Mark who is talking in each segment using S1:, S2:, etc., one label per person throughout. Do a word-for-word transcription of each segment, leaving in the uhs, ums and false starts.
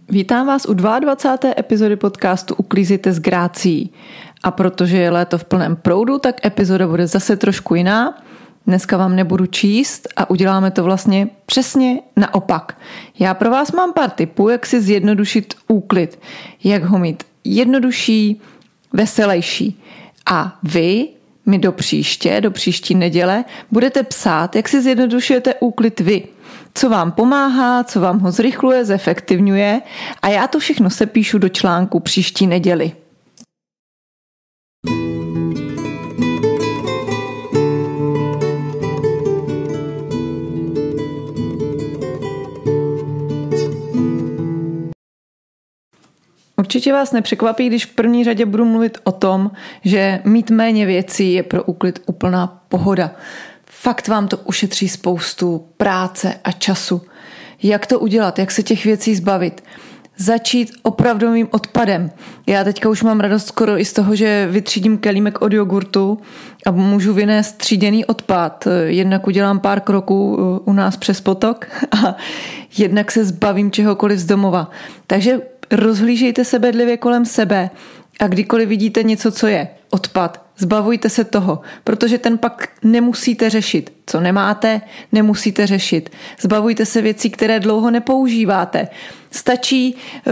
S1: Vítám vás u dvacáté druhé epizody podcastu Uklízejte s grácií. A protože je léto v plném proudu, tak epizoda bude zase trošku jiná. Dneska vám nebudu číst a uděláme to vlastně přesně naopak. Já pro vás mám pár tipů, jak si zjednodušit úklid, jak ho mít jednodušší, veselejší. A vy mi do příště, do příští neděle budete psát, jak si zjednodušujete úklid vy. Co vám pomáhá, co vám ho zrychluje, zefektivňuje a já to všechno sepíšu do článku příští neděli. Určitě vás nepřekvapí, když v první řadě budu mluvit o tom, že mít méně věcí je pro úklid úplná pohoda. Fakt vám to ušetří spoustu práce a času. Jak to udělat? Jak se těch věcí zbavit? Začít opravdovým odpadem. Já teďka už mám radost skoro i z toho, že vytřídím kelímek od jogurtu a můžu vynést tříděný odpad. Jednak udělám pár kroků u nás přes potok a jednak se zbavím čehokoliv z domova. Takže rozhlížejte se bedlivě kolem sebe a kdykoliv vidíte něco, co je odpad, zbavujte se toho, protože ten pak nemusíte řešit. Co nemáte, nemusíte řešit. Zbavujte se věcí, které dlouho nepoužíváte. Stačí,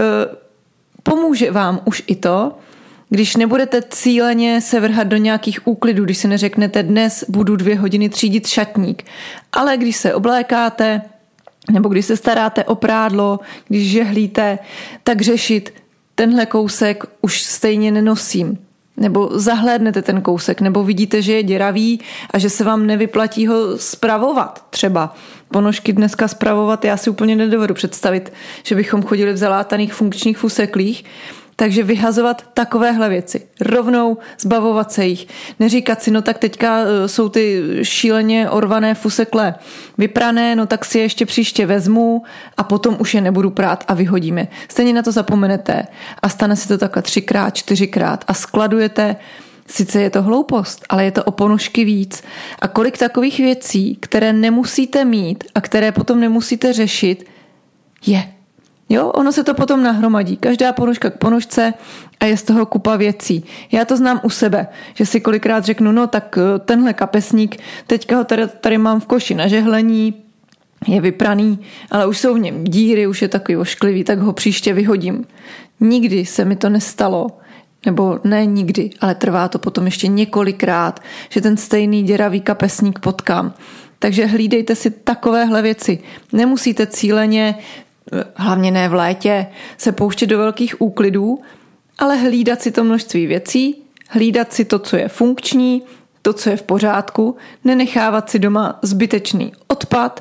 S1: pomůže vám už i to, když nebudete cíleně se vrhat do nějakých úklidů, když si neřeknete dnes budu dvě hodiny třídit šatník, ale když se oblékáte, nebo když se staráte o prádlo, když žehlíte, tak řešit tenhle kousek už stejně nenosím. Nebo zahlédnete ten kousek, nebo vidíte, že je děravý a že se vám nevyplatí ho spravovat třeba. Ponožky dneska spravovat já si úplně nedovedu představit, že bychom chodili v zalátaných funkčních fuseklích. Takže vyhazovat takovéhle věci. Rovnou zbavovat se jich. Neříkat si, no tak teďka jsou ty šíleně orvané fusekle vyprané, no tak si je ještě příště vezmu a potom už je nebudu prát a vyhodíme. Stejně na to zapomenete a stane se to takhle třikrát, čtyřikrát a skladujete. Sice je to hloupost, ale je to o ponožky víc. A kolik takových věcí, které nemusíte mít a které potom nemusíte řešit, je. Jo, ono se to potom nahromadí. Každá ponožka k ponožce a je z toho kupa věcí. Já to znám u sebe, že si kolikrát řeknu, no tak tenhle kapesník, teďka ho tady, tady mám v koši na žehlení, je vypraný, ale už jsou v něm díry, už je takový ošklivý, tak ho příště vyhodím. Nikdy se mi to nestalo, nebo ne nikdy, ale trvá to potom ještě několikrát, že ten stejný děravý kapesník potkám. Takže hlídejte si takovéhle věci. Nemusíte cíleně, hlavně ne v létě, se pouštět do velkých úklidů, ale hlídat si to množství věcí, hlídat si to, co je funkční, to, co je v pořádku, nenechávat si doma zbytečný odpad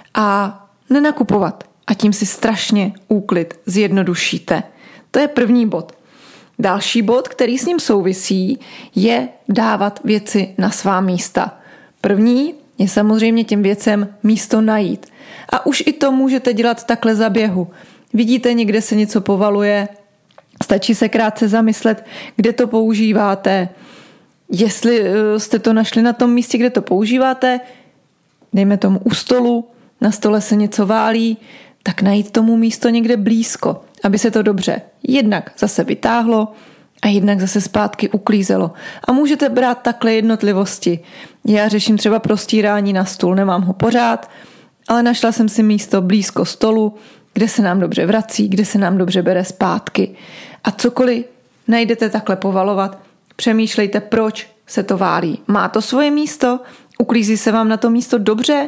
S1: a nenakupovat. A tím si strašně úklid zjednodušíte. To je první bod. Další bod, který s ním souvisí, je dávat věci na svá místa. První je samozřejmě těm věcem místo najít. A už i to můžete dělat takhle za běhu. Vidíte, někde se něco povaluje, stačí se krátce zamyslet, kde to používáte. Jestli jste to našli na tom místě, kde to používáte, dejme tomu u stolu, na stole se něco válí, tak najít tomu místo někde blízko, aby se to dobře jednak zase vytáhlo a jednak zase zpátky uklízelo. A můžete brát takhle jednotlivosti. Já řeším třeba prostírání na stůl, nemám ho pořád, ale našla jsem si místo blízko stolu, kde se nám dobře vrací, kde se nám dobře bere zpátky. A cokoliv najdete takhle povalovat, přemýšlejte, proč se to válí. Má to svoje místo? Uklízí se vám na to místo dobře?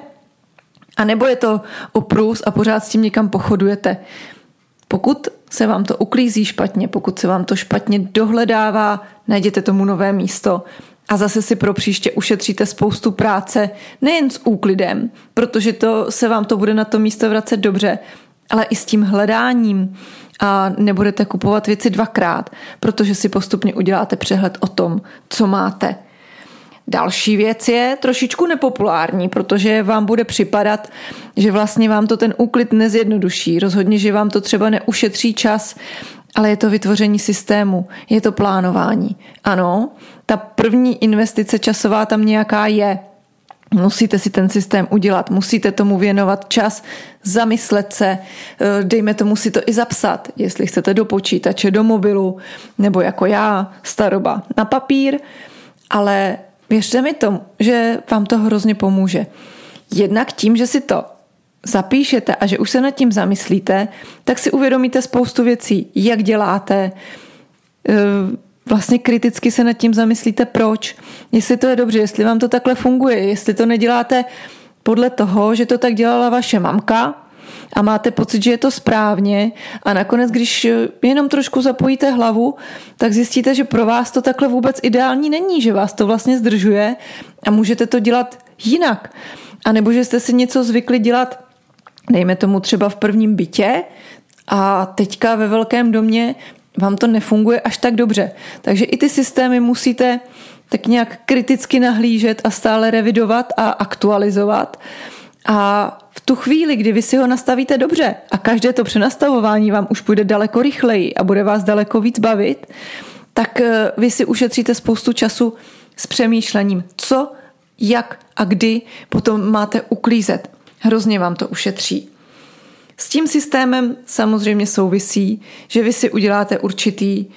S1: A nebo je to oprus a pořád s tím někam pochodujete? Pokud se vám to uklízí špatně, pokud se vám to špatně dohledává, najděte tomu nové místo. A zase si pro příště ušetříte spoustu práce, nejen s úklidem, protože to se vám to bude na to místo vracet dobře, ale i s tím hledáním. A nebudete kupovat věci dvakrát, protože si postupně uděláte přehled o tom, co máte. Další věc je trošičku nepopulární, protože vám bude připadat, že vlastně vám to ten úklid nezjednoduší. Rozhodně, že vám to třeba neušetří čas, ale je to vytvoření systému, je to plánování. Ano, ta první investice časová tam nějaká je. Musíte si ten systém udělat, musíte tomu věnovat čas, zamyslet se, dejme tomu si to i zapsat, jestli chcete do počítače, do mobilu, nebo jako já, staroba, na papír, ale věřte mi tomu, že vám to hrozně pomůže. Jednak tím, že si to zapíšete a že už se nad tím zamyslíte, tak si uvědomíte spoustu věcí, jak děláte, vlastně kriticky se nad tím zamyslíte, proč, jestli to je dobře, jestli vám to takhle funguje, jestli to neděláte podle toho, že to tak dělala vaše mamka a máte pocit, že je to správně a nakonec, když jenom trošku zapojíte hlavu, tak zjistíte, že pro vás to takhle vůbec ideální není, že vás to vlastně zdržuje a můžete to dělat jinak. A nebo že jste si něco zvykli dělat, dejme tomu třeba v prvním bytě a teďka ve velkém domě vám to nefunguje až tak dobře. Takže i ty systémy musíte tak nějak kriticky nahlížet a stále revidovat a aktualizovat. A v tu chvíli, kdy vy si ho nastavíte dobře a každé to přenastavování vám už půjde daleko rychleji a bude vás daleko víc bavit, tak vy si ušetříte spoustu času s přemýšlením, co, jak a kdy potom máte uklízet. Hrozně vám to ušetří. S tím systémem samozřejmě souvisí, že vy si uděláte určitý e,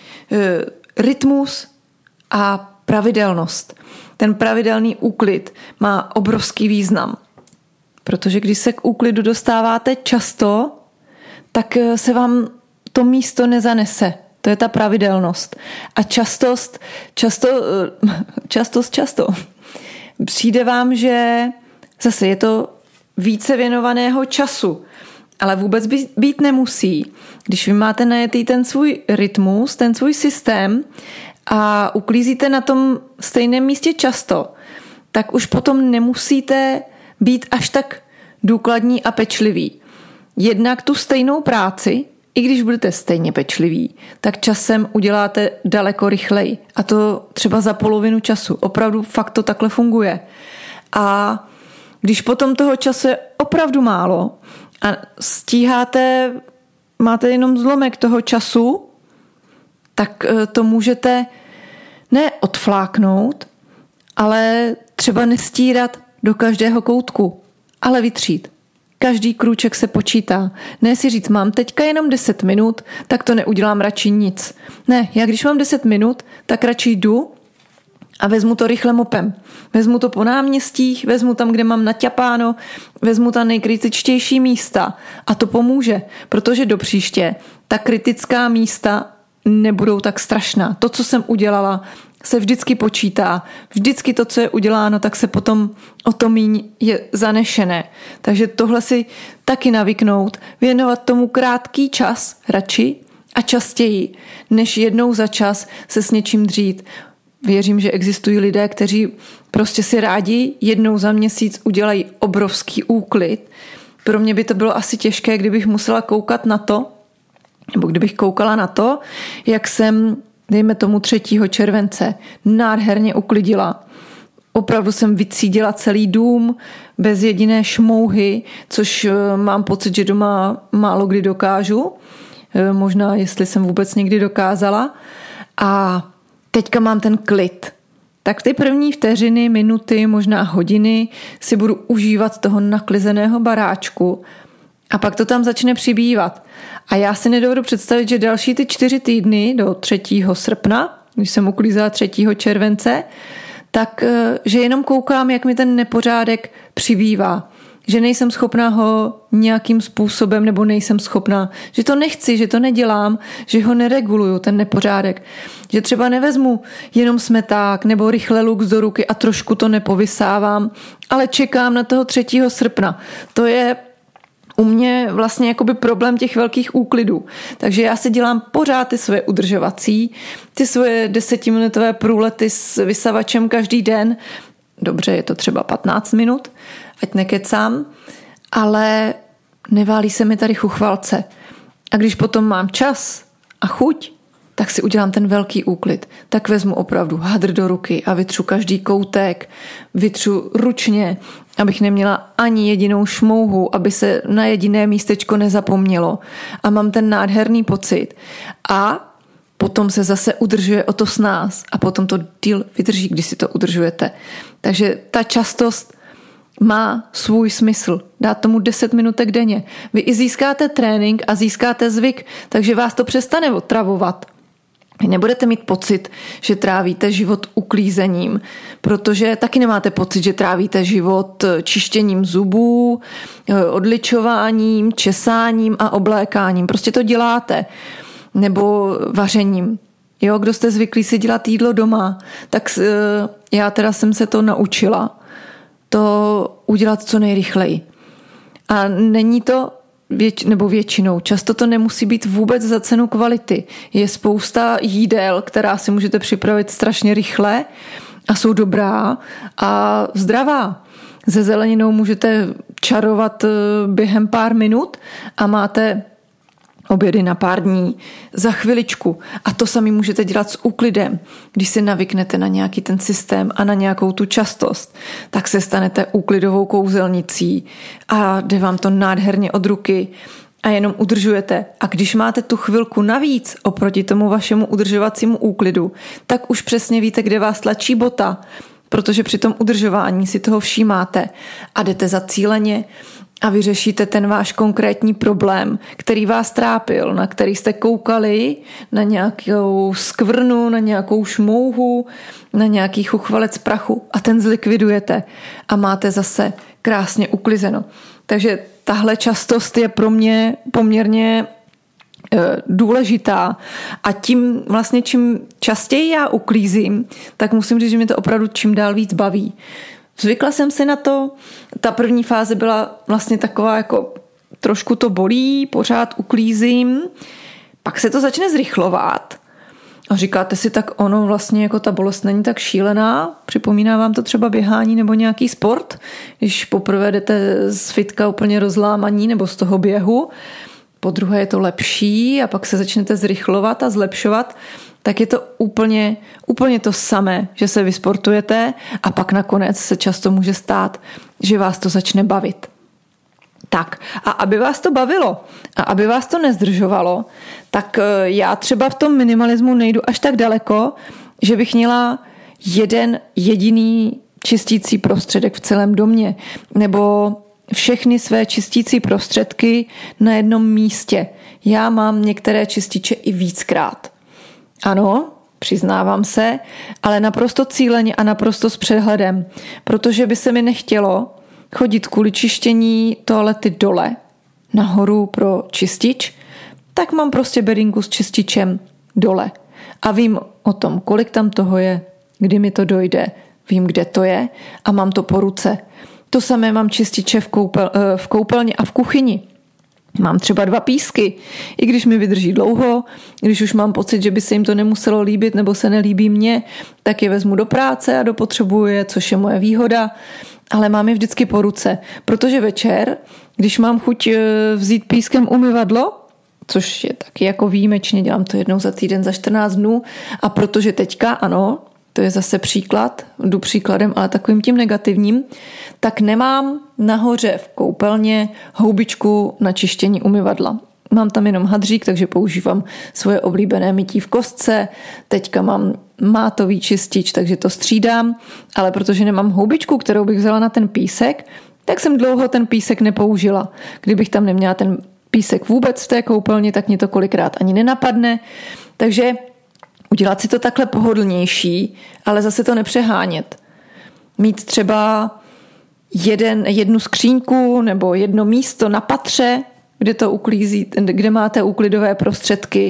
S1: rytmus a pravidelnost. Ten pravidelný úklid má obrovský význam, protože když se k úklidu dostáváte často, tak se vám to místo nezanese. To je ta pravidelnost. A častost, často, častost, často. Přijde vám, že zase je to více věnovaného času, ale vůbec být nemusí. Když vy máte najetý ten svůj rytmus, ten svůj systém a uklízíte na tom stejném místě často, tak už potom nemusíte být až tak důkladní a pečliví. Jednak tu stejnou práci, i když budete stejně pečliví, tak časem uděláte daleko rychleji. A to třeba za polovinu času. Opravdu fakt to takhle funguje. A když potom toho času je opravdu málo a stíháte, máte jenom zlomek toho času, tak to můžete ne odfláknout, ale třeba nestírat do každého koutku, ale vytřít. Každý krůček se počítá. Ne si říct, mám teďka jenom deset minut, tak to neudělám radši nic. Ne, já když mám deset minut, tak radši jdu a vezmu to rychle mopem. Vezmu to po náměstích, vezmu tam, kde mám naťapáno, vezmu ta nejkritičtější místa a to pomůže, protože do příště ta kritická místa nebudou tak strašná. To, co jsem udělala, se vždycky počítá. Vždycky to, co je uděláno, tak se potom o to míň je zanešené. Takže tohle si taky navyknout, věnovat tomu krátký čas radši a častěji, než jednou za čas se s něčím dřít. Věřím, že existují lidé, kteří prostě si rádi jednou za měsíc udělají obrovský úklid. Pro mě by to bylo asi těžké, kdybych musela koukat na to, nebo kdybych koukala na to, jak jsem, dejme tomu třetího července, nádherně uklidila. Opravdu jsem vycídila celý dům bez jediné šmouhy, což mám pocit, že doma málo kdy dokážu. Možná, jestli jsem vůbec někdy dokázala. A teďka mám ten klid. Tak ty první vteřiny, minuty, možná hodiny si budu užívat toho naklizeného baráčku a pak to tam začne přibývat. A já si nedovedu představit, že další ty čtyři týdny do třetího srpna, když jsem uklízela třetího července, tak že jenom koukám, jak mi ten nepořádek přibývá. Že nejsem schopná ho nějakým způsobem, nebo nejsem schopná, že to nechci, že to nedělám, že ho nereguluju, ten nepořádek. Že třeba nevezmu jenom smeták nebo rychle lux do ruky a trošku to nepovysávám, ale čekám na toho třetího srpna. To je u mě vlastně jakoby problém těch velkých úklidů. Takže já si dělám pořád ty svoje udržovací, ty svoje desetiminutové průlety s vysavačem každý den. Dobře, je to třeba patnáct minut, ať nekecám, ale neválí se mi tady chuchvalce. A když potom mám čas a chuť, tak si udělám ten velký úklid. Tak vezmu opravdu hadr do ruky a vytřu každý koutek, vytřu ručně, abych neměla ani jedinou šmouhu, aby se na jediné místečko nezapomnělo. A mám ten nádherný pocit. A potom se zase udržuje o to snáz a potom to díl vydrží, když si to udržujete. Takže ta častost má svůj smysl. Dát tomu deset minutek denně. Vy i získáte trénink a získáte zvyk, takže vás to přestane otravovat. Vy nebudete mít pocit, že trávíte život uklízením, protože taky nemáte pocit, že trávíte život čištěním zubů, odličováním, česáním a oblékáním. Prostě to děláte. Nebo vařením. Jo, kdo jste zvyklí si dělat jídlo doma, tak já teda jsem se to naučila. To udělat co nejrychleji. A není to Věč, nebo většinou. Často to nemusí být vůbec za cenu kvality. Je spousta jídel, která si můžete připravit strašně rychle a jsou dobrá a zdravá. Se zeleninou můžete čarovat během pár minut a máte obědy na pár dní za chviličku. A to sami můžete dělat s úklidem. Když si navyknete na nějaký ten systém a na nějakou tu častost, tak se stanete úklidovou kouzelnicí a jde vám to nádherně od ruky a jenom udržujete. A když máte tu chvilku navíc oproti tomu vašemu udržovacímu úklidu, tak už přesně víte, kde vás tlačí bota, protože při tom udržování si toho všímáte a jdete zacíleně a vyřešíte ten váš konkrétní problém, který vás trápil, na který jste koukali, na nějakou skvrnu, na nějakou šmouhu, na nějaký chuchvalec prachu a ten zlikvidujete a máte zase krásně uklizeno. Takže tahle častost je pro mě poměrně e, důležitá a tím vlastně čím častěji já uklízím, tak musím říct, že mě to opravdu čím dál víc baví. Zvykla jsem si na to, ta první fáze byla vlastně taková jako trošku to bolí, pořád uklízím, pak se to začne zrychlovat a říkáte si, tak ono vlastně jako ta bolest není tak šílená, připomíná vám to třeba běhání nebo nějaký sport, když poprvé jdete z fitka úplně rozlámaní nebo z toho běhu, po druhé je to lepší a pak se začnete zrychlovat a zlepšovat, tak je to úplně, úplně to samé, že se vysportujete a pak nakonec se často může stát, že vás to začne bavit. Tak a aby vás to bavilo a aby vás to nezdržovalo, tak já třeba v tom minimalismu nejdu až tak daleko, že bych měla jeden jediný čistící prostředek v celém domě nebo všechny své čistící prostředky na jednom místě. Já mám některé čističe i víckrát. Ano, přiznávám se, ale naprosto cíleně a naprosto s přehledem, protože by se mi nechtělo chodit kvůli čištění toalety dole, nahoru pro čistič, tak mám prostě bedinku s čističem dole. A vím o tom, kolik tam toho je, kdy mi to dojde, vím, kde to je a mám to po ruce. To samé mám čističe v, koupel, v koupelně a v kuchyni. Mám třeba dva písky, i když mi vydrží dlouho, když už mám pocit, že by se jim to nemuselo líbit nebo se nelíbí mně, tak je vezmu do práce a dopotřebuji je, což je moje výhoda, ale mám je vždycky po ruce, protože večer, když mám chuť vzít pískem umyvadlo, což je taky jako výjimečně, dělám to jednou za týden, za čtrnáct dnů a protože teďka, ano, to je zase příklad, jdu příkladem, ale takovým tím negativním, tak nemám nahoře v koupelně houbičku na čištění umyvadla. Mám tam jenom hadřík, takže používám svoje oblíbené mytí v kostce. Teďka mám mátový čistič, takže to střídám, ale protože nemám houbičku, kterou bych vzala na ten písek, tak jsem dlouho ten písek nepoužila. Kdybych tam neměla ten písek vůbec v té koupelně, tak mě to kolikrát ani nenapadne. Takže udělat si to takhle pohodlnější, ale zase to nepřehánět. Mít třeba jeden, jednu skříňku nebo jedno místo na patře, kde to uklízí, kde máte úklidové prostředky.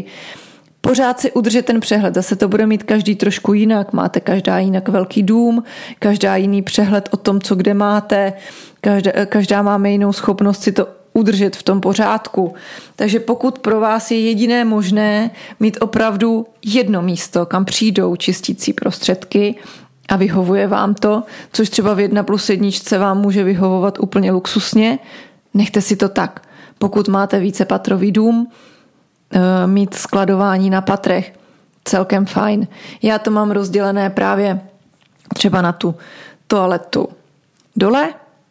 S1: Pořád si udržet ten přehled. Zase to bude mít každý trošku jinak. Máte každá jinak velký dům, každá jiný přehled o tom, co kde máte. Každá, každá máme jinou schopnost si to udržet v tom pořádku. Takže pokud pro vás je jediné možné mít opravdu jedno místo, kam přijdou čistící prostředky a vyhovuje vám to, což třeba v jedna plus jedničce vám může vyhovovat úplně luxusně, nechte si to tak. Pokud máte vícepatrový dům, mít skladování na patrech, celkem fajn. Já to mám rozdělené právě třeba na tu toaletu dole,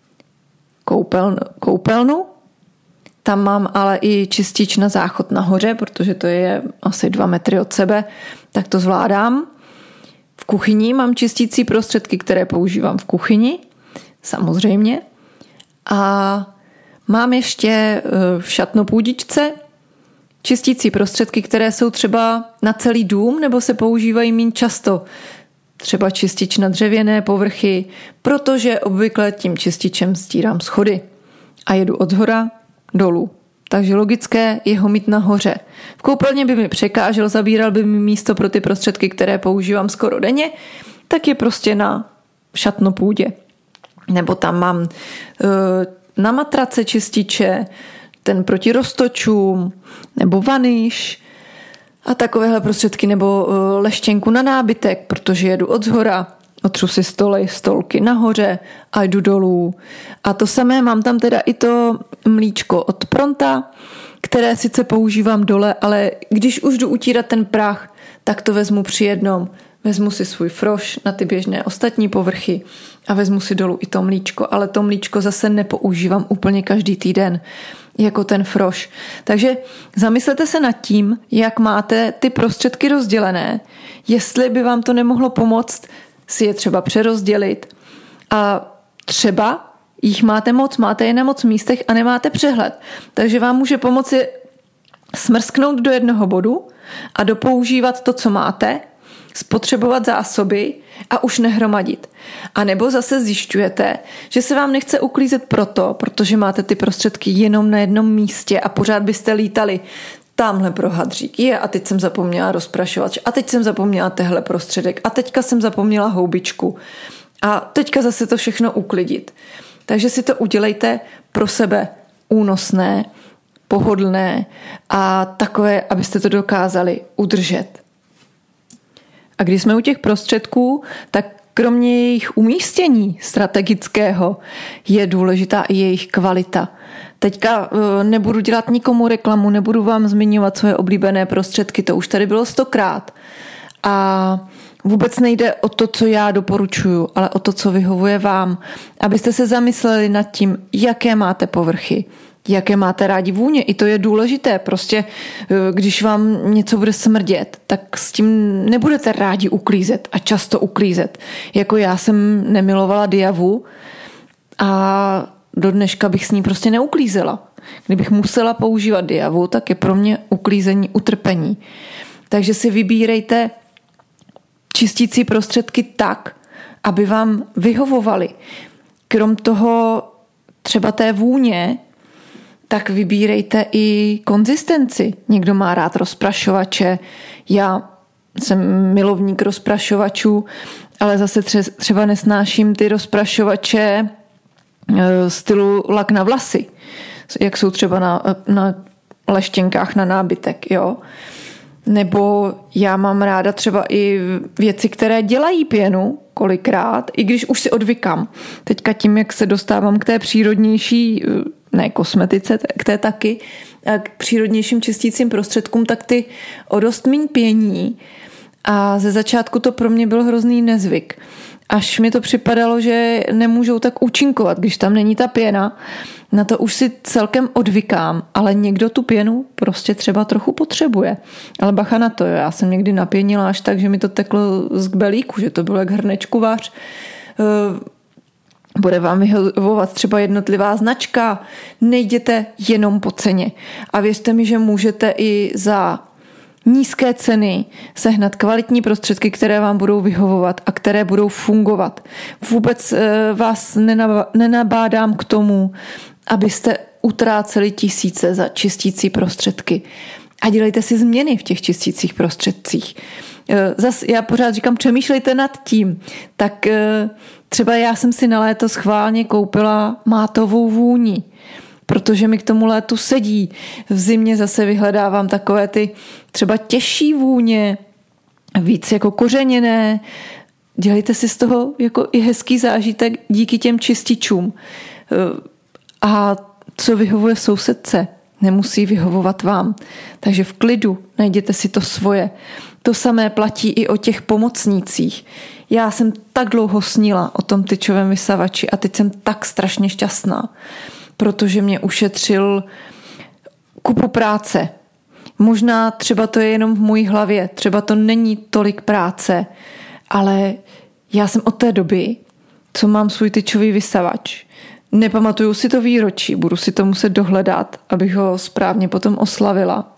S1: koupelnu, koupelnu. Tam mám ale i čistič na záchod nahoře, protože to je asi dva metry od sebe, tak to zvládám. V kuchyni mám čistící prostředky, které používám v kuchyni. samozřejmě. A mám ještě v šatnopůdičce čistící prostředky, které jsou třeba na celý dům nebo se používají méně často. Třeba čistič na dřevěné povrchy, protože obvykle tím čističem stírám schody a jedu od zhora dolů. Takže logické je ho mít nahoře. V koupelně by mi překážel, zabíral by mi místo pro ty prostředky, které používám skoro denně, tak je prostě na šatnopůdě. Nebo tam mám na matrace čističe, ten proti roztočům, nebo vaniš a takovéhle prostředky, nebo leštěnku na nábytek, protože jedu od zhora, otřu si stoly, stolky nahoře a jdu dolů. A to samé mám tam teda i to mlíčko od Pronta, které sice používám dole, ale když už jdu utírat ten prach, tak to vezmu při jednom. Vezmu si svůj froš na ty běžné ostatní povrchy a vezmu si dolů i to mlíčko, ale to mlíčko zase nepoužívám úplně každý týden jako ten froš. Takže zamyslete se nad tím, jak máte ty prostředky rozdělené, jestli by vám to nemohlo pomoct si je třeba přerozdělit a třeba jich máte moc, máte je na moc místech a nemáte přehled. Takže vám může pomoci smrsknout do jednoho bodu a dopoužívat to, co máte, spotřebovat zásoby a už nehromadit. A nebo zase zjišťujete, že se vám nechce uklízet proto, protože máte ty prostředky jenom na jednom místě a pořád byste lítali tamhle pro hadřík. Je, a teď jsem zapomněla rozprašovač. A teď jsem zapomněla tehle prostředek. A teďka jsem zapomněla houbičku. A teďka zase to všechno uklidit. Takže si to udělejte pro sebe únosné, pohodlné a takové, abyste to dokázali udržet. A když jsme u těch prostředků, tak kromě jejich umístění strategického je důležitá i jejich kvalita. Teďka nebudu dělat nikomu reklamu, nebudu vám zmiňovat svoje oblíbené prostředky, to už tady bylo stokrát. A vůbec nejde o to, co já doporučuju, ale o to, co vyhovuje vám, abyste se zamysleli nad tím, jaké máte povrchy, jaké máte rádi vůně. I to je důležité. Prostě když vám něco bude smrdět, tak s tím nebudete rádi uklízet a často uklízet. Jako já jsem nemilovala diavu a do dneška bych s ní prostě neuklízela. Kdybych musela používat diavu, tak je pro mě uklízení utrpení. Takže si vybírejte čistící prostředky tak, aby vám vyhovovaly. Krom toho třeba té vůně, tak vybírejte i konzistenci. Někdo má rád rozprašovače, já jsem milovník rozprašovačů, ale zase třeba nesnáším ty rozprašovače stylu lak na vlasy, jak jsou třeba na, na leštěnkách na nábytek, jo. Nebo já mám ráda třeba i věci, které dělají pěnu kolikrát, i když už si odvykám. Teďka tím, jak se dostávám k té přírodnější, ne kosmetice, k té taky, k přírodnějším čistícím prostředkům, tak ty o dost míň pění. A ze začátku to pro mě byl hrozný nezvyk. Až mi to připadalo, že nemůžou tak účinkovat, když tam není ta pěna. Na to už si celkem odvykám, ale někdo tu pěnu prostě třeba trochu potřebuje. Ale bacha na to, jo. Já jsem někdy napěnila až tak, že mi to teklo z kbelíku, že to bylo jak hrnečku vář. Bude vám vyhovovat třeba jednotlivá značka, nejděte jenom po ceně. A věřte mi, že můžete i za nízké ceny sehnat kvalitní prostředky, které vám budou vyhovovat a které budou fungovat. Vůbec vás nenabádám k tomu, abyste utráceli tisíce za čistící prostředky. A dělejte si změny v těch čistících prostředcích. Zas já pořád říkám, přemýšlejte nad tím. Tak třeba já jsem si na léto schválně koupila mátovou vůni, protože mi k tomu létu sedí. V zimě zase vyhledávám takové ty třeba těžší vůně, víc jako kořeněné. Dělejte si z toho jako i hezký zážitek díky těm čističům. A co vyhovuje sousedce, nemusí vyhovovat vám. Takže v klidu najděte si to svoje. To samé platí i o těch pomocnících. Já jsem tak dlouho snila o tom tyčovém vysavači a teď jsem tak strašně šťastná, protože mě ušetřil kupu práce. Možná třeba to je jenom v mojí hlavě, třeba to není tolik práce, ale já jsem od té doby co mám svůj tyčový vysavač. Nepamatuju si to výročí, budu si to muset dohledat, abych ho správně potom oslavila.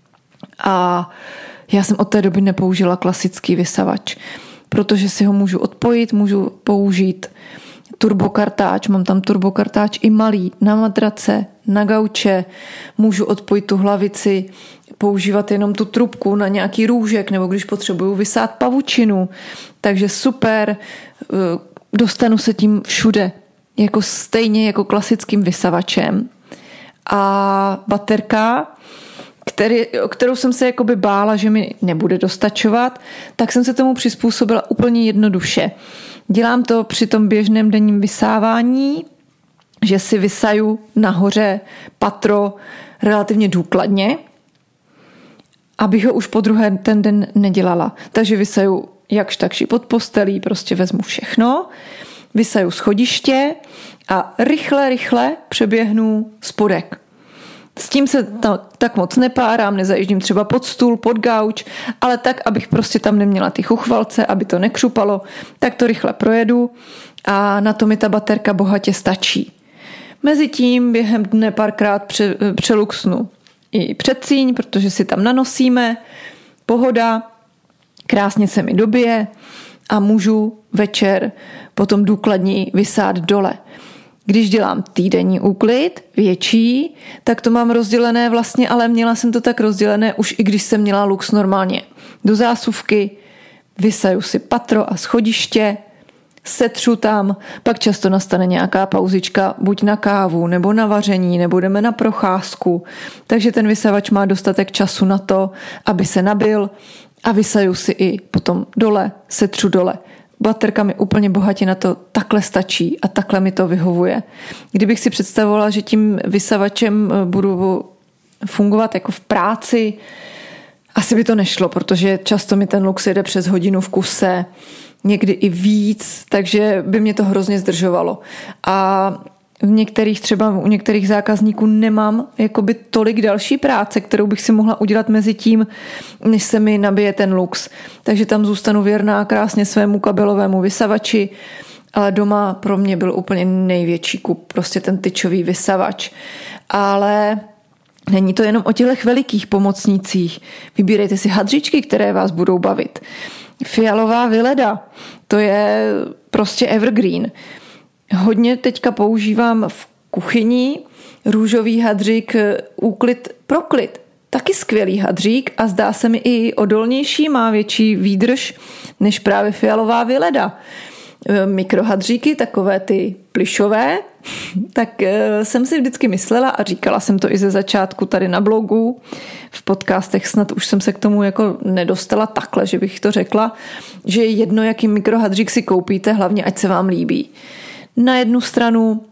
S1: A já jsem od té doby nepoužila klasický vysavač, protože si ho můžu odpojit, můžu použít turbokartáč, mám tam turbokartáč i malý, na madrace, na gauče, můžu odpojit tu hlavici, používat jenom tu trubku na nějaký růžek, nebo když potřebuju vysát pavučinu. Takže super, dostanu se tím všude, jako stejně jako klasickým vysavačem. A baterka, který, o kterou jsem se jakoby bála, že mi nebude dostačovat, tak jsem se tomu přizpůsobila úplně jednoduše. Dělám to při tom běžném denním vysávání, že si vysaju nahoře patro relativně důkladně, abych ho už po druhé ten den nedělala. Takže vysaju jakž takž pod postelí, prostě vezmu všechno, vysaju schodiště a rychle, rychle přeběhnu spodek. S tím se ta, tak moc nepárám, nezajíždím třeba pod stůl, pod gauč, ale tak, abych prostě tam neměla ty chuchvalce, aby to nekřupalo, tak to rychle projedu a na to mi ta baterka bohatě stačí. Mezitím během dne párkrát pře, přeluxnu i předsíň, protože si tam nanosíme, pohoda, krásně se mi dobije a můžu večer potom důkladněji vysát dole. Když dělám týdenní úklid, větší, tak to mám rozdělené vlastně, ale měla jsem to tak rozdělené už i když jsem měla lux normálně. Do zásuvky, vysaju si patro a schodiště, setřu tam, pak často nastane nějaká pauzička, buď na kávu, nebo na vaření, nebo jdeme na procházku, takže ten vysavač má dostatek času na to, aby se nabil a vysaju si i potom dole, setřu dole. Baterka mi úplně bohatě na to takhle stačí a takhle mi to vyhovuje. Kdybych si představovala, že tím vysavačem budu fungovat jako v práci, asi by to nešlo, protože často mi ten lux jede přes hodinu v kuse, někdy i víc, takže by mě to hrozně zdržovalo. A v některých, třeba u některých zákazníků nemám jakoby tolik další práce, kterou bych si mohla udělat mezi tím, než se mi nabije ten lux. Takže tam zůstanu věrná krásně svému kabelovému vysavači, ale doma pro mě byl úplně největší kup, prostě ten tyčový vysavač. Ale není to jenom o těch velikých pomocnících. Vybírejte si hadřičky, které vás budou bavit. Fialová vyleda, to je prostě evergreen. Hodně teďka používám v kuchyni růžový hadřík úklid proklid. Taky skvělý hadřík a zdá se mi i odolnější, má větší výdrž než právě fialová vyleda. Mikrohadříky, takové ty plyšové, tak jsem si vždycky myslela a říkala jsem to i ze začátku tady na blogu, v podcastech snad už jsem se k tomu jako nedostala takhle, že bych to řekla, že je jedno, jaký mikrohadřík si koupíte, hlavně ať se vám líbí. Na jednu stranu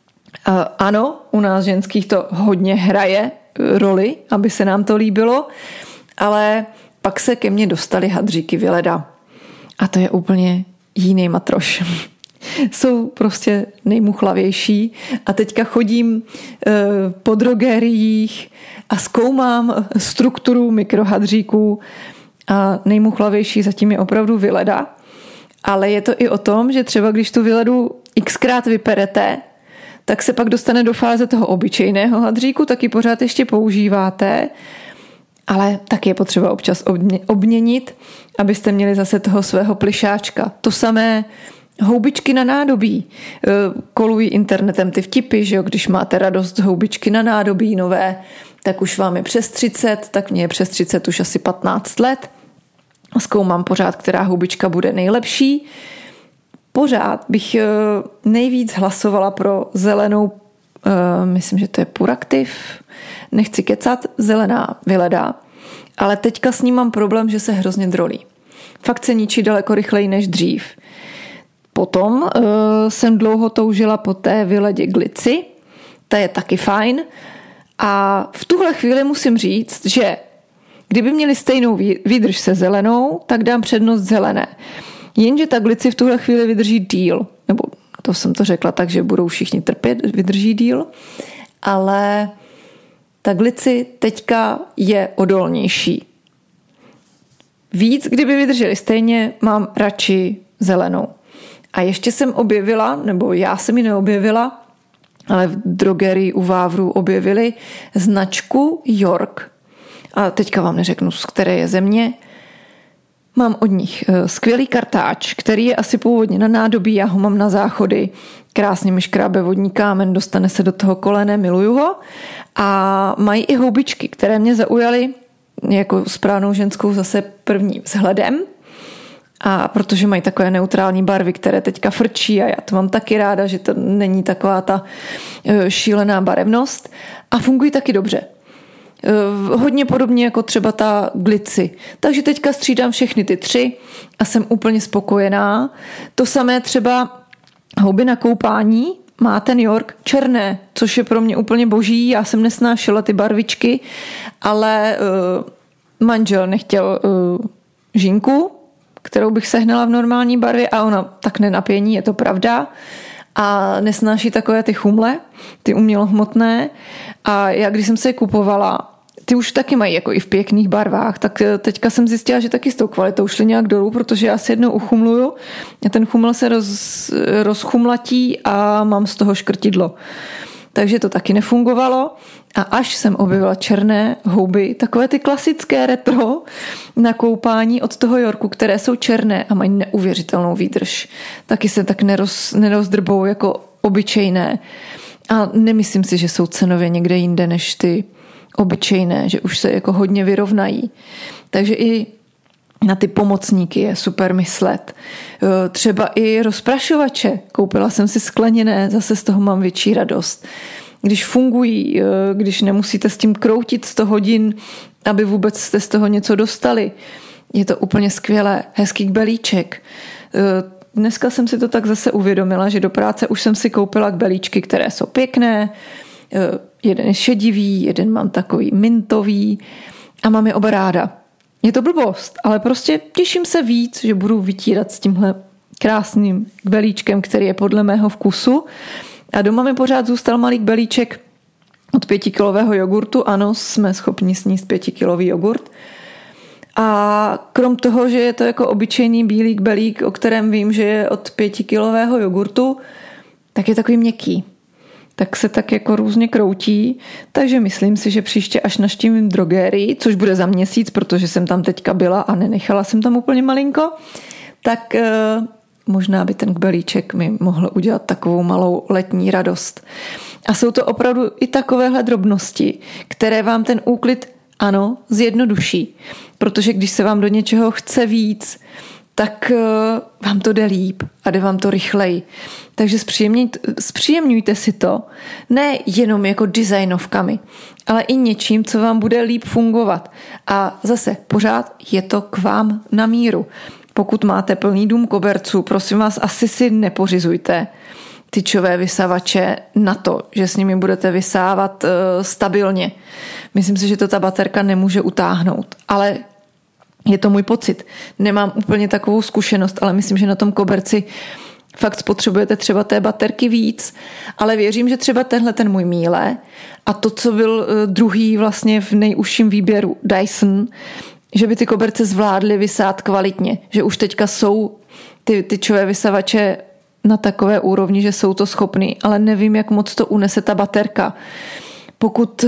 S1: ano, u nás ženských to hodně hraje roli, aby se nám to líbilo, ale pak se ke mně dostaly hadříky Vyleda. A to je úplně jiný matroš. Jsou prostě nejmuchlavější a teďka chodím po drogériích a zkoumám strukturu mikrohadříků a nejmuchlavější zatím je opravdu Vyleda. Ale je to i o tom, že třeba když tu Vyledu xkrát vyperete, tak se pak dostane do fáze toho obyčejného hadříku, taky pořád ještě používáte, ale tak je potřeba občas obměnit, abyste měli zase toho svého plyšáčka. To samé houbičky na nádobí. Kolují internetem ty vtipy, že jo? Když máte radost z houbičky na nádobí nové, tak už vám je přes třicet, tak mě je přes třicet už asi patnáct let. Zkoumám pořád, která houbička bude nejlepší. Pořád bych nejvíc hlasovala pro zelenou, myslím, že to je Puraktiv, nechci kecat, zelená Vyleda, ale teďka s ním mám problém, že se hrozně drolí. Fakt se ničí daleko rychleji než dřív. Potom uh, jsem dlouho toužila po té Vyledě Glici, ta je taky fajn a v tuhle chvíli musím říct, že kdyby měli stejnou výdrž se zelenou, tak dám přednost zelené. Jenže ta Glici v tuhle chvíli vydrží díl, nebo to jsem to řekla tak, že budou všichni trpět, vydrží díl, ale ta Glici teďka je odolnější. Víc, kdyby vydrželi stejně, mám radši zelenou. A ještě jsem objevila, nebo já jsem ji neobjevila, ale v drogerii u Vávru objevili značku York. A teďka vám neřeknu, z které je země. Mám od nich skvělý kartáč, který je asi původně na nádobí, já ho mám na záchody. Krásně mi škrábe vodní kámen, dostane se do toho kolene, miluju ho. A mají i houbičky, které mě zaujaly jako správnou ženskou zase prvním vzhledem. A protože mají takové neutrální barvy, které teďka frčí a já to mám taky ráda, že to není taková ta šílená barevnost. A fungují taky dobře. Hodně podobně jako třeba ta glici. Takže teďka střídám všechny ty tři a jsem úplně spokojená. To samé třeba houby na koupání má ten York černé, což je pro mě úplně boží. Já jsem nesnášela ty barvičky, ale uh, manžel nechtěl uh, žínku, kterou bych sehnala v normální barvě a ona tak nenapění, je to pravda. A nesnáší takové ty chumle, ty umělohmotné. A já, když jsem se je kupovala, ty už taky mají jako i v pěkných barvách, tak teďka jsem zjistila, že taky s tou kvalitou šly nějak dolů, protože já si jednou uchumluju a ten chuml se roz, rozchumlatí a mám z toho škrtidlo. Takže to taky nefungovalo. A až jsem objevila černé houby, takové ty klasické retro na koupání od toho Yorku, které jsou černé a mají neuvěřitelnou výdrž. Taky se tak neroz, nerozdrbou jako obyčejné. A nemyslím si, že jsou cenově někde jinde než ty obyčejné, že už se jako hodně vyrovnají. Takže i na ty pomocníky je super myslet. Třeba i rozprašovače. Koupila jsem si skleněné, zase z toho mám větší radost. Když fungují, když nemusíte s tím kroutit sto hodin, aby vůbec jste z toho něco dostali. Je to úplně skvělé. Hezký kbelíček. Dneska jsem si to tak zase uvědomila, že do práce už jsem si koupila kbelíčky, které jsou pěkné. Jeden je šedivý, jeden mám takový mintový a mám je oba ráda. Je to blbost, ale prostě těším se víc, že budu vytírat s tímhle krásným kbelíčkem, který je podle mého vkusu. A doma mi pořád zůstal malý kbelíček od pětikilového jogurtu. Ano, jsme schopni sníst pětikilový jogurt. A krom toho, že je to jako obyčejný bílý kbelík, o kterém vím, že je od pětikilového jogurtu, tak je takový měkký. Tak se tak jako různě kroutí, takže myslím si, že příště až navštívím drogerii, což bude za měsíc, protože jsem tam teďka byla a nenechala jsem tam úplně malinko, tak e, možná by ten kbelíček mi mohl udělat takovou malou letní radost. A jsou to opravdu i takovéhle drobnosti, které vám ten úklid, ano, zjednoduší. Protože když se vám do něčeho chce víc, tak vám to jde líp a jde vám to rychleji. Takže zpříjemňujte si to ne jenom jako designovkami, ale i něčím, co vám bude líp fungovat. A zase pořád je to k vám na míru. Pokud máte plný dům koberců, prosím vás, asi si nepořizujte tyčové vysavače na to, že s nimi budete vysávat uh, stabilně. Myslím si, že to ta baterka nemůže utáhnout, ale je to můj pocit. Nemám úplně takovou zkušenost, ale myslím, že na tom koberci fakt spotřebujete třeba té baterky víc, ale věřím, že třeba tenhle ten můj Miele a to, co byl druhý vlastně v nejužším výběru Dyson, že by ty koberce zvládly vysát kvalitně, že už teďka jsou ty tyčové vysavače na takové úrovni, že jsou to schopný, ale nevím, jak moc to unese ta baterka. Pokud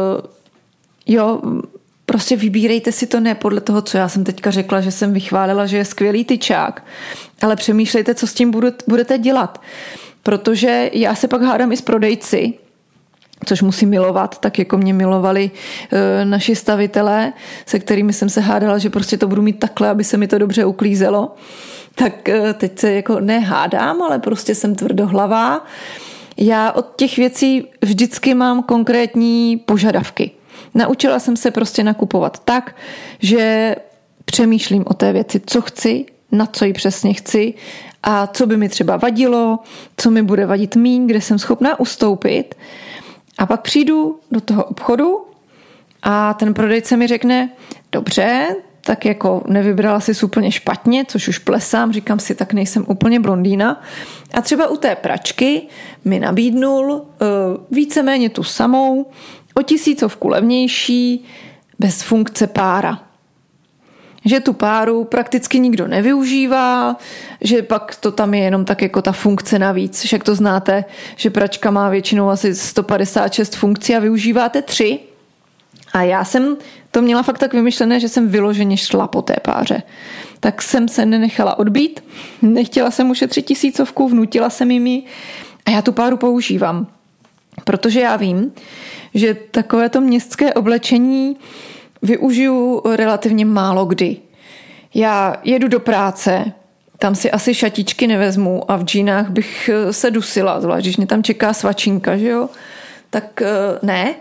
S1: jo, prostě vybírejte si to ne podle toho, co já jsem teďka řekla, že jsem vychválila, že je skvělý tyčák, ale přemýšlejte, co s tím budete dělat. Protože já se pak hádám i s prodejci, což musím milovat, tak jako mě milovali e, naši stavitelé, se kterými jsem se hádala, že prostě to budu mít takhle, aby se mi to dobře uklízelo. Tak e, teď se jako nehádám, ale prostě jsem tvrdohlavá. Já od těch věcí vždycky mám konkrétní požadavky. Naučila jsem se prostě nakupovat tak, že přemýšlím o té věci, co chci, na co ji přesně chci a co by mi třeba vadilo, co mi bude vadit míň, kde jsem schopná ustoupit. A pak přijdu do toho obchodu a ten prodejce mi řekne, dobře, tak jako nevybrala jsi úplně špatně, což už plesám, říkám si, tak nejsem úplně blondýna. A třeba u té pračky mi nabídnul uh, víceméně tu samou, o tisícovku levnější, bez funkce pára. že tu páru prakticky nikdo nevyužívá, že pak to tam je jenom tak jako ta funkce navíc. Však to znáte, že pračka má většinou asi sto padesát šest funkcí a využíváte tři. A já jsem to měla fakt tak vymyšlené, že jsem vyloženě šla po té páře. Tak jsem se nenechala odbít, nechtěla jsem ušetřit tisícovku, vnutila jsem jim ji a já tu páru používám. Protože já vím, že takovéto městské oblečení využiju relativně málo kdy. Já jedu do práce, tam si asi šatičky nevezmu a v džínách bych se dusila, zvlášť když mě tam čeká svačinka, že jo? Tak ne.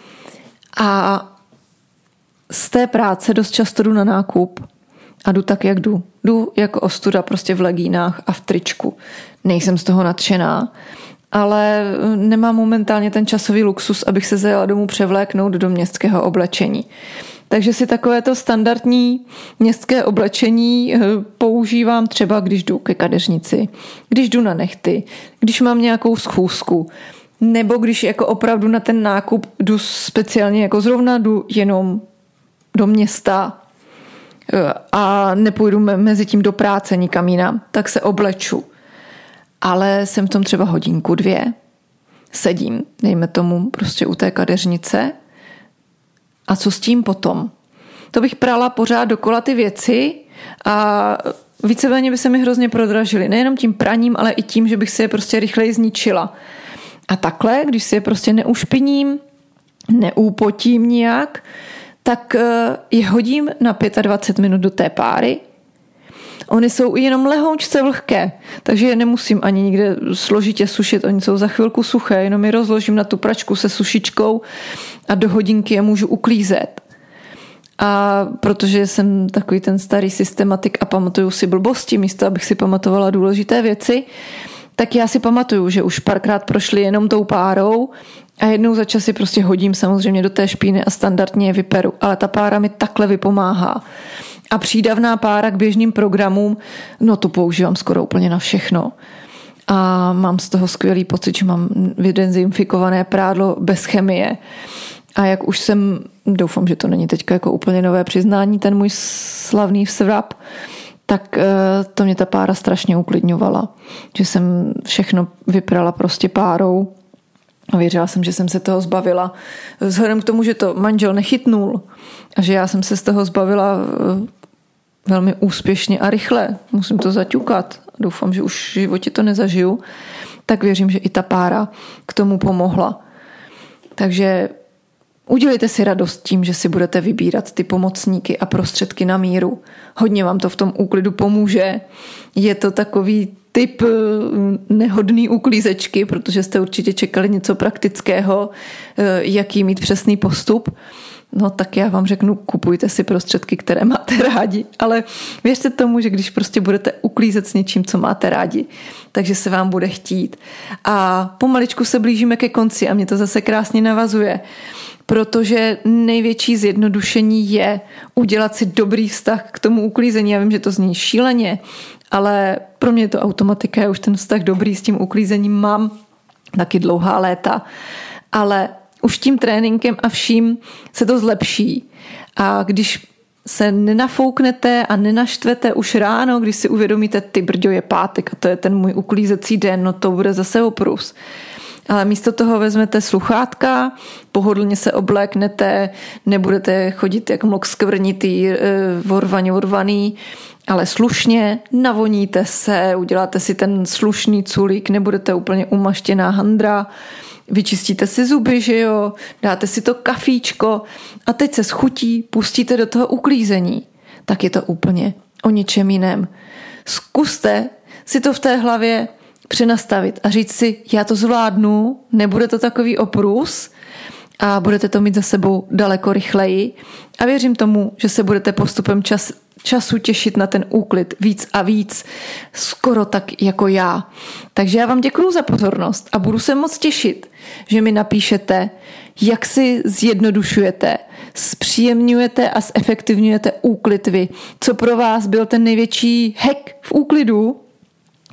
S1: A z té práce dost často jdu na nákup a jdu tak, jak jdu. Jdu jako ostuda prostě v legínách a v tričku. Nejsem z toho nadšená, ale nemám momentálně ten časový luxus, abych se zajela domů převléknout do městského oblečení. Takže si takovéto standardní městské oblečení používám třeba, když jdu ke kadeřnici, když jdu na nehty, když mám nějakou schůzku, nebo když jako opravdu na ten nákup jdu speciálně, jako zrovna jdu jenom do města a nepůjdu mezi tím do práce nikam jinam, tak se obleču. Ale jsem v tom třeba hodinku, dvě, sedím, dejme tomu prostě u té kadeřnice a co s tím potom? To bych prala pořád dokola ty věci a víceméně by se mi hrozně prodražily. Nejenom tím praním, ale i tím, že bych si je prostě rychleji zničila. A takhle, když si je prostě neušpiním, neúpotím nijak, tak je hodím na dvacet pět minut do té páry. Oni jsou jenom lehoučce vlhké, takže je nemusím ani nikde složitě sušit. Oni jsou za chvilku suché, jenom je rozložím na tu pračku se sušičkou a do hodinky je můžu uklízet. A protože jsem takový ten starý systematik a pamatuju si blbosti, místo abych si pamatovala důležité věci, tak já si pamatuju, že už párkrát prošli jenom tou párou a jednou za čas si prostě hodím samozřejmě do té špíny a standardně je vyperu. Ale ta pára mi takhle vypomáhá. A přídavná pára k běžným programům, no to používám skoro úplně na všechno. A mám z toho skvělý pocit, že mám vydezinfikované prádlo bez chemie. A jak už jsem, doufám, že to není teďka jako úplně nové přiznání, ten můj slavný swrap, tak to mě ta pára strašně uklidňovala. Že jsem všechno vyprala prostě párou a věřila jsem, že jsem se toho zbavila. Vzhledem k tomu, že to manžel nechytnul a že já jsem se z toho zbavila velmi úspěšně a rychle, musím to zaťukat, doufám, že už v životě to nezažiju, tak věřím, že i ta pára k tomu pomohla. Takže udělejte si radost tím, že si budete vybírat ty pomocníky a prostředky na míru. Hodně vám to v tom úklidu pomůže. Je to takový typ nehodný uklízečky, protože jste určitě čekali něco praktického, jaký mít přesný postup. No tak já vám řeknu, kupujte si prostředky, které máte rádi, ale věřte tomu, že když prostě budete uklízet s něčím, co máte rádi, takže se vám bude chtít. A pomaličku se blížíme ke konci a mě to zase krásně navazuje, protože největší zjednodušení je udělat si dobrý vztah k tomu uklízení. Já vím, že to zní šíleně, ale pro mě je to automatika, já už ten vztah dobrý s tím uklízením mám taky dlouhá léta, ale už tím tréninkem a vším se to zlepší. A když se nenafouknete a nenaštvete už ráno, když si uvědomíte, ty brďo, je pátek a to je ten můj uklízecí den, no to bude zase oprus. Ale místo toho vezmete sluchátka, pohodlně se obléknete, nebudete chodit jak mlok skvrnitý, vorvaně vorvaný, ale slušně, navoníte se, uděláte si ten slušný culík, nebudete úplně umaštěná handra, vyčistíte si zuby, že jo, dáte si to kafíčko a teď se schutí, pustíte do toho uklízení. Tak je to úplně o něčem jiném. Zkuste si to v té hlavě přenastavit a říct si, já to zvládnu, nebude to takový oprus a budete to mít za sebou daleko rychleji a věřím tomu, že se budete postupem čas, času těšit na ten úklid víc a víc, skoro tak jako já. Takže já vám děkuju za pozornost a budu se moc těšit, že mi napíšete, jak si zjednodušujete, zpříjemňujete a zefektivňujete úklid vy. Co pro vás byl ten největší hack v úklidu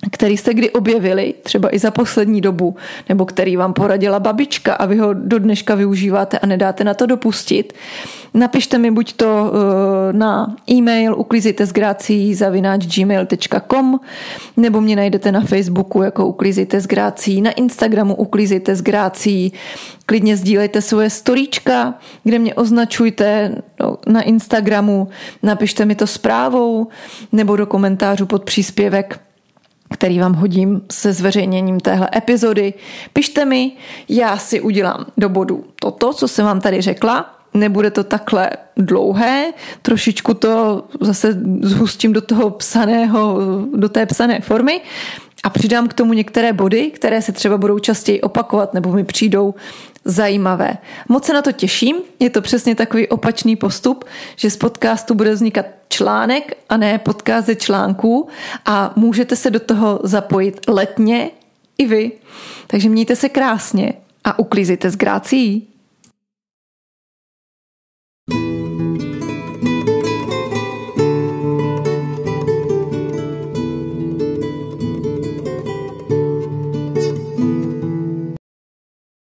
S1: který jste kdy objevili, třeba i za poslední dobu, nebo který vám poradila babička a vy ho do dneška využíváte a nedáte na to dopustit. Napište mi buď to na e-mail uklízejte s grácií zavináč gmail tečka com, nebo mě najdete na Facebooku jako Uklízejte s grácií, na Instagramu Uklízejte s grácií. Klidně sdílejte svoje storíčka, kde mě označujte na Instagramu, napište mi to zprávou nebo do komentářů pod příspěvek, který vám hodím se zveřejněním téhle epizody. Pište mi, já si udělám do bodu toto, co jsem vám tady řekla. Nebude to takhle dlouhé, trošičku to zase zhustím do toho psaného, do té psané formy a přidám k tomu některé body, které se třeba budou častěji opakovat nebo mi přijdou zajímavé. Moc se na to těším, je to přesně takový opačný postup, že z podcastu bude vznikat článek a ne podcast ze článků a můžete se do toho zapojit letně i vy. Takže mějte se krásně a uklízejte s grácií.